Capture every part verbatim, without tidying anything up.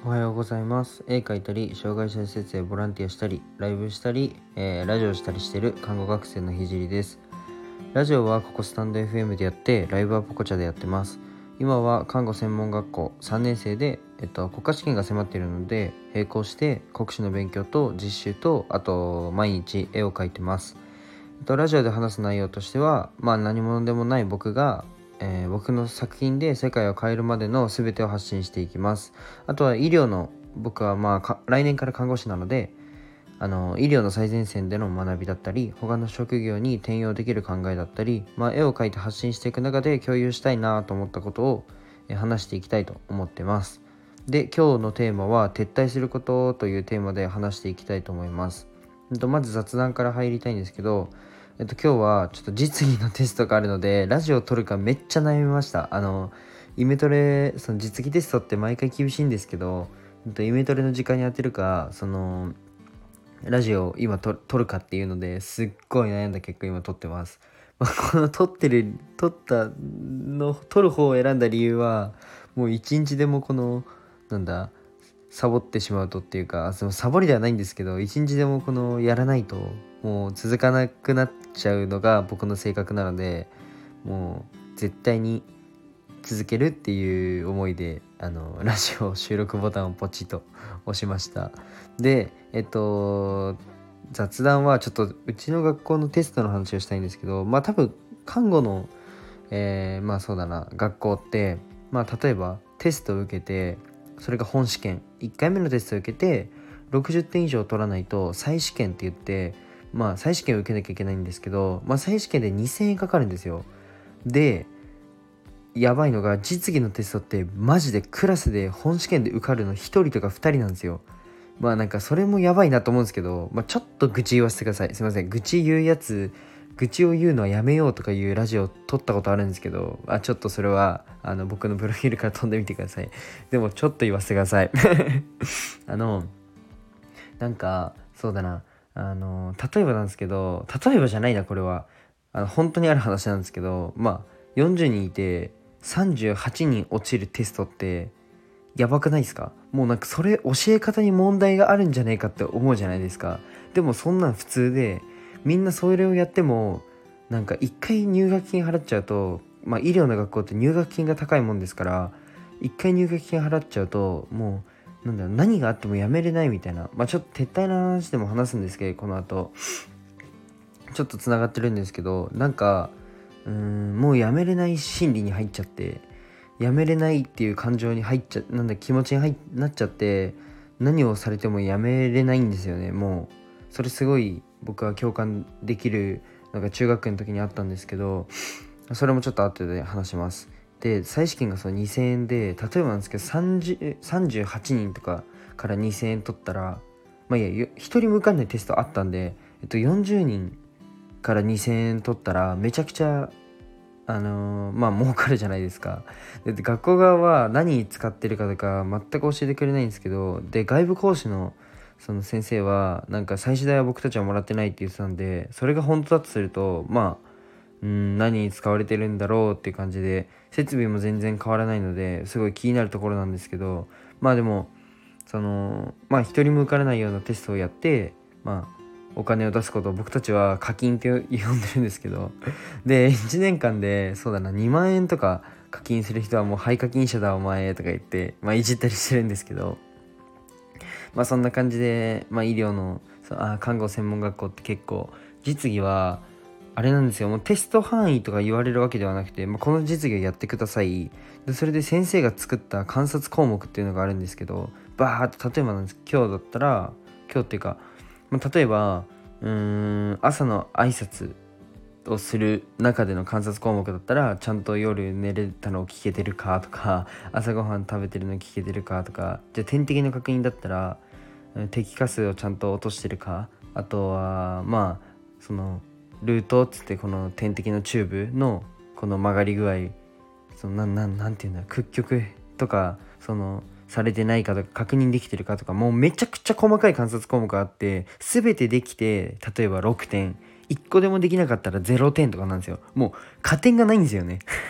おはようございます。絵描いたり、障害者施設へボランティアしたり、ライブしたり、えーラジオしたりしている看護学生のひじりです。ラジオはここスタンド エフエム でやって、ライブはポコチャでやってます。今は看護専門学校さんねん生で、えっと、国家試験が迫っているので、並行して国試の勉強と実習と、あと毎日絵を描いてます。えっと、ラジオで話す内容としては、まあ何者でもない僕が、えー僕の作品で世界を変えるまでの全てを発信していきます。あとは医療の、僕はまあか来年から看護師なので、あの医療の最前線での学びだったり、他の職業に転用できる考えだったり、まあ、絵を描いて発信していく中で共有したいなと思ったことをえ話していきたいと思ってます。で、今日のテーマは撤退することというテーマで話していきたいと思います。えっとまず雑談から入りたいんですけど、えっと今日はちょっと実技のテストがあるので、ラジオを撮るかめっちゃ悩みました。あのイメトレ、その実技テストって毎回厳しいんですけど、えっとイメトレの時間に当てるか、そのラジオを今と撮るかっていうのですっごい悩んだ結果今撮ってます。まあ、この撮ってる撮ったの撮る方を選んだ理由は、もう一日でもこのなんだサボってしまうとっていうか、そのサボりではないんですけど、一日でもこのやらないともう続かなくなっちゃうのが僕の性格なので、もう絶対に続けるっていう思いで、あのラジオ収録ボタンをポチッと押しました。で、えっと雑談はちょっとうちの学校のテストの話をしたいんですけど、まあ多分看護の、えー、まあそうだな学校って、まあ例えばテストを受けて、それが本試験いっかいめのテストを受けてろくじゅってん以上取らないと再試験って言って、まあ再試験を受けなきゃいけないんですけど、まあ再試験でにせんえんかかるんですよ。で、やばいのが、実技のテストってマジでクラスで本試験で受かるのひとりとかふたりなんですよ。まあなんかそれもやばいなと思うんですけど、まあ、ちょっと愚痴言わせてください。すいません。愚痴言うやつ、愚痴を言うのはやめようとかいうラジオを撮ったことあるんですけど、あちょっとそれはあの僕のプロフィールから飛んでみてください。でもちょっと言わせてください。あのなんかそうだな、あの例えばなんですけど、例えばじゃないな、これはあの本当にある話なんですけど、まあよんじゅうにんいてさんじゅうはちにん落ちるテストってやばくないですか？もうなんかそれ教え方に問題があるんじゃないかって思うじゃないですか。でもそんなん普通で、みんなそれをやってもなんか一回入学金払っちゃうと、まあ医療の学校って入学金が高いもんですから、一回入学金払っちゃうともうなんだろう、何があってもやめれないみたいな、まあちょっと撤退の話でも話すんですけど、この後ちょっとつながってるんですけど、なんかうーんもうやめれない心理に入っちゃって、やめれないっていう感情に入っちゃなんだ気持ちに入っなっちゃって、何をされてもやめれないんですよね。もうそれすごい僕は共感できるのが中学の時にあったんですけど、それもちょっと後で話します。で、再試験がそのにせんえんで、例えばなんですけどさんじゅう、さんじゅうはちにんとかからにせんえん取ったら、まあいやひとりも受かんないテストあったんで、えっと、よんじゅうにんからにせんえん取ったらめちゃくちゃあのー、まあ儲かるじゃないですか。で、学校側は何に使ってるかとか全く教えてくれないんですけど、で外部講師のその先生はなんか最終代は僕たちはもらってないって言ってたんで、それが本当だとすると、まあうん何に使われてるんだろうっていう感じで、設備も全然変わらないのですごい気になるところなんですけど、まあでもそのまあ一人も受からないようなテストをやって、まあお金を出すことを僕たちは課金って呼んでるんですけど、でいちねんかんでそうだなにまんえんとか課金する人はもう廃課金者だお前とか言って、まあ、いじったりしてるんですけど、まあそんな感じで、まあ、医療のあ看護専門学校って結構実技はあれなんですよ。もうテスト範囲とか言われるわけではなくて、まあ、この実技をやってください。でそれで先生が作った観察項目っていうのがあるんですけど、バーっと例えばなんです、今日だったら今日っていうか、まあ、例えばうーん朝の挨拶をする中での観察項目だったら、ちゃんと夜寝れたのを聞けてるかとか、朝ごはん食べてるの聞けてるかとか、じゃあ点滴の確認だったら滴下数をちゃんと落としてるか、あとはまあそのルートっつってこの点滴のチューブのこの曲がり具合、そのなんなんなんていうんだ、屈曲とかそのされてないかとか確認できてるかとか、もうめちゃくちゃ細かい観察項目があって、全てできて例えばろくてん、いっこでもできなかったらゼロてんとかなんですよ。もう加点がないんですよね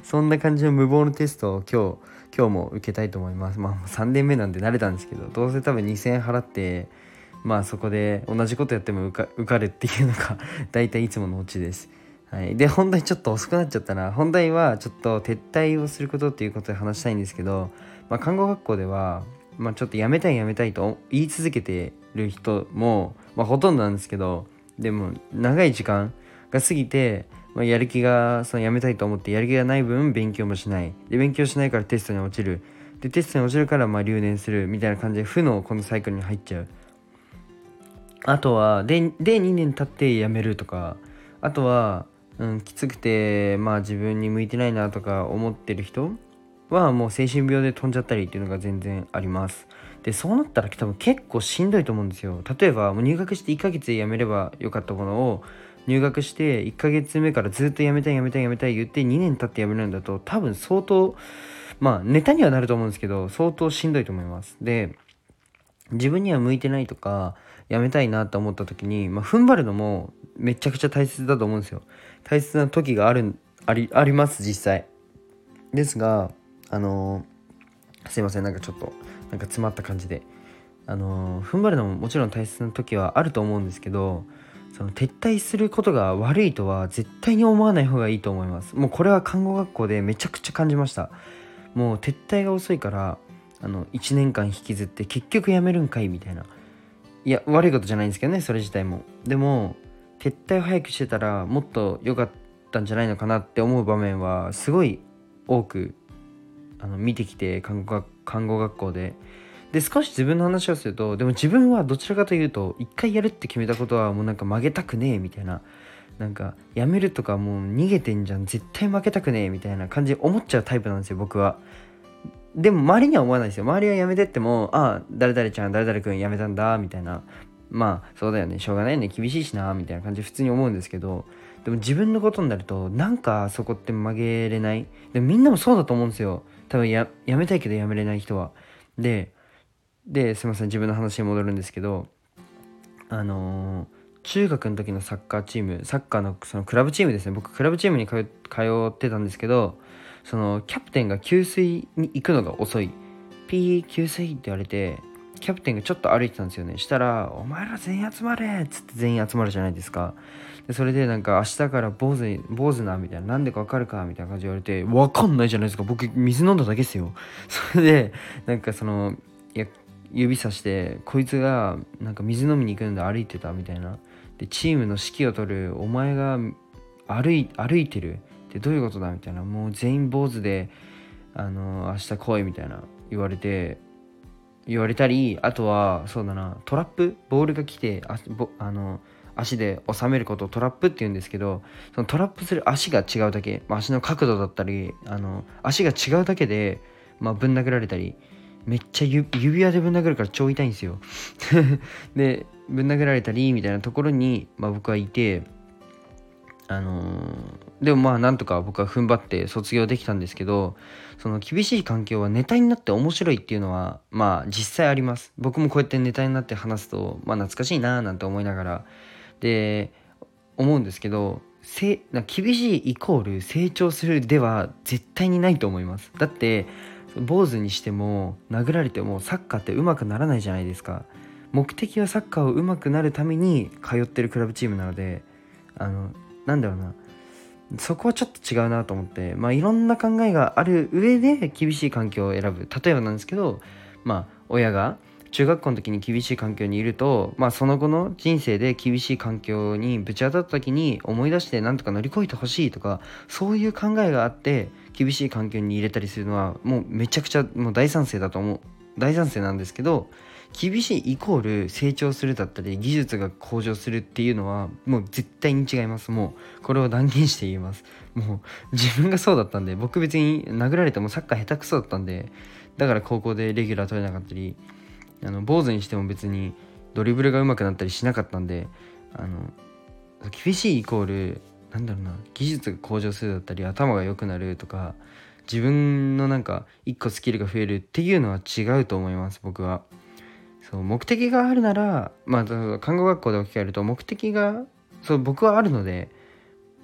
そんな感じの無謀のテストを今日今日も受けたいと思います。まあさんねんめなんで慣れたんですけど、どうせ多分にせんえん払ってまあそこで同じことやっても受か、受かるっていうのが大体いつものオチです。はい、で本題ちょっと遅くなっちゃったな。本題はちょっと撤退をすることっていうことで話したいんですけど、まあ、看護学校では、まあ、ちょっと辞めたい辞めたいと言い続けてる人も、まあ、ほとんどなんですけど、でも長い時間が過ぎて、まあ、やる気がその辞めたいと思ってやる気がない分勉強もしないで、勉強しないからテストに落ちるで、テストに落ちるからまあ留年するみたいな感じで負のこのサイクルに入っちゃう。あとはででにねん経って辞めるとか、あとは、うん、きつくてまあ自分に向いてないなとか思ってる人はもう精神病で飛んじゃったりっていうのが全然あります。でそうなったら多分結構しんどいと思うんですよ。例えばもう入学していっかげつで辞めればよかったものを、入学していっかげつめからずっと辞めたい辞めたい辞めたい言ってにねん経って辞めるんだと、多分相当まあネタにはなると思うんですけど相当しんどいと思います。で自分には向いてないとかやめたいなと思った時に、まあ、踏ん張るのもめちゃくちゃ大切だと思うんですよ。大切な時があるありあります実際ですが、あのー、すいませんなんかちょっとなんか詰まった感じで、あのー、踏ん張るのももちろん大切な時はあると思うんですけど、その撤退することが悪いとは絶対に思わない方がいいと思います。もうこれは看護学校でめちゃくちゃ感じました。もう撤退が遅いからあのいちねんかん引きずって結局やめるんかいみたいな。いや悪いことじゃないんですけどね、それ自体も。でも撤退を早くしてたらもっと良かったんじゃないのかなって思う場面はすごい多くあの見てきて、看護学看護学校でで少し自分の話をすると、でも自分はどちらかというと一回やるって決めたことはもうなんか曲げたくねえみたいな、なんかやめるとかもう逃げてんじゃん絶対負けたくねえみたいな感じで思っちゃうタイプなんですよ僕は。でも周りには思わないですよ。周りはやめてっても、ああ誰々ちゃん誰々くんやめたんだみたいな、まあそうだよねしょうがないよね厳しいしなみたいな感じで普通に思うんですけど、でも自分のことになるとなんかそこって曲げれない。でもみんなもそうだと思うんですよ多分。ややめたいけどやめれない人は。でですいません自分の話に戻るんですけど、あのー中学の時のサッカーチーム、サッカーのそのクラブチームですね。僕クラブチームに通通ってたんですけど、そのキャプテンが給水に行くのが遅い、ピー給水って言われて、キャプテンがちょっと歩いてたんですよね。したらお前ら全員集まれっつって全員集まるじゃないですか。でそれでなんか明日から坊主に坊主なみたいな、なんでかわかるかみたいな感じで言われて、わかんないじゃないですか僕水飲んだだけですよ。それでなんかそのいや指さしてこいつがなんか水飲みに行くんで歩いてたみたいな。でチームの指揮を取るお前が歩い歩いてるってどういうことだみたいな、もう全員坊主であの明日来いみたいな言われて言われたり、あとはそうだなトラップ、ボールが来てあぼあの足で収めることをトラップって言うんですけど、そのトラップする足が違うだけ、まあ、足の角度だったりあの足が違うだけで、まあ、ぶん殴られたり、めっちゃ指輪でぶん殴るから超痛いんですよでぶん殴られたりみたいなところに、まあ、僕はいて、あのー、でもまあなんとか僕は踏ん張って卒業できたんですけど、その厳しい環境はネタになって面白いっていうのはまあ実際あります。僕もこうやってネタになって話すとまあ懐かしいなーなんて思いながらで思うんですけど、せな厳しいイコール成長するでは絶対にないと思います。だって坊主にしても殴られてもサッカーって上手くならないじゃないですか。目的はサッカーを上手くなるために通ってるクラブチームなので、あのなんだろうな、そこはちょっと違うなと思って、まあいろんな考えがある上で厳しい環境を選ぶ。例えばなんですけど、まあ親が中学校の時に厳しい環境にいると、まあその後の人生で厳しい環境にぶち当たった時に思い出してなんとか乗り越えてほしいとか、そういう考えがあって厳しい環境に入れたりするのはもうめちゃくちゃもう大賛成だと思う大賛成なんですけど、厳しいイコール成長するだったり技術が向上するっていうのはもう絶対に違います。もうこれを断言して言えます。もう自分がそうだったんで、僕別に殴られてもサッカー下手くそだったんで、だから高校でレギュラー取れなかったり、あの坊主にしても別にドリブルが上手くなったりしなかったんで、あの厳しいイコールなんだろうな、技術が向上するだったり頭が良くなるとか、自分のなんか一個スキルが増えるっていうのは違うと思います。僕はそう目的があるなら、まあ看護学校で置き換えると目的がそう僕はあるので、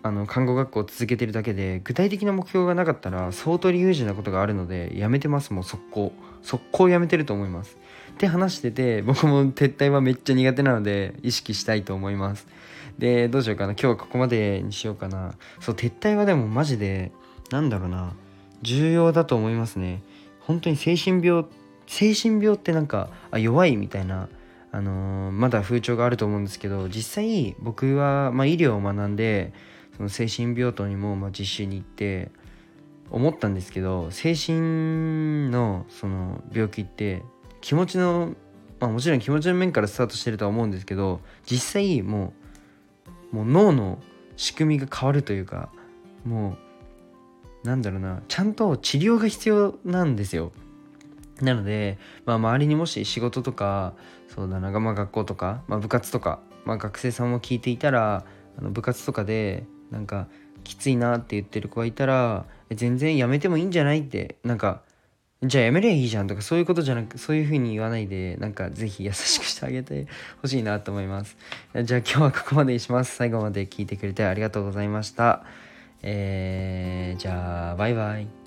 あの看護学校を続けてるだけで、具体的な目標がなかったら相当理不尽なことがあるのでやめてます。もう速攻速攻やめてると思いますって話してて、僕も撤退はめっちゃ苦手なので意識したいと思います。でどうしようかな、今日はここまでにしようかな。そう撤退はでもマジでなんだろうな、重要だと思いますね。本当に精神病精神病ってなんかあ弱いみたいな、あのーまだ風潮があると思うんですけど、実際僕は、まあ、医療を学んでその精神病棟にも、まあ、実習に行って思ったんですけど、精神のその病気って気持ちの、まあ、もちろん気持ちの面からスタートしてるとは思うんですけど、実際もうもう脳の仕組みが変わるというか、もうなんだろうな、ちゃんと治療が必要なんですよ。なので、まあ、周りにもし仕事とかそうだな、まあ、学校とか、まあ、部活とか、まあ、学生さんも聞いていたら、あの部活とかでなんかきついなって言ってる子がいたら、全然やめてもいいんじゃないって、なんかじゃあやめりゃいいじゃんとかそういうことじゃなく、そういう風に言わないで、なんかぜひ優しくしてあげてほしいなと思います。じゃあ今日はここまでにします。最後まで聞いてくれてありがとうございました。えー、じゃあバイバイ。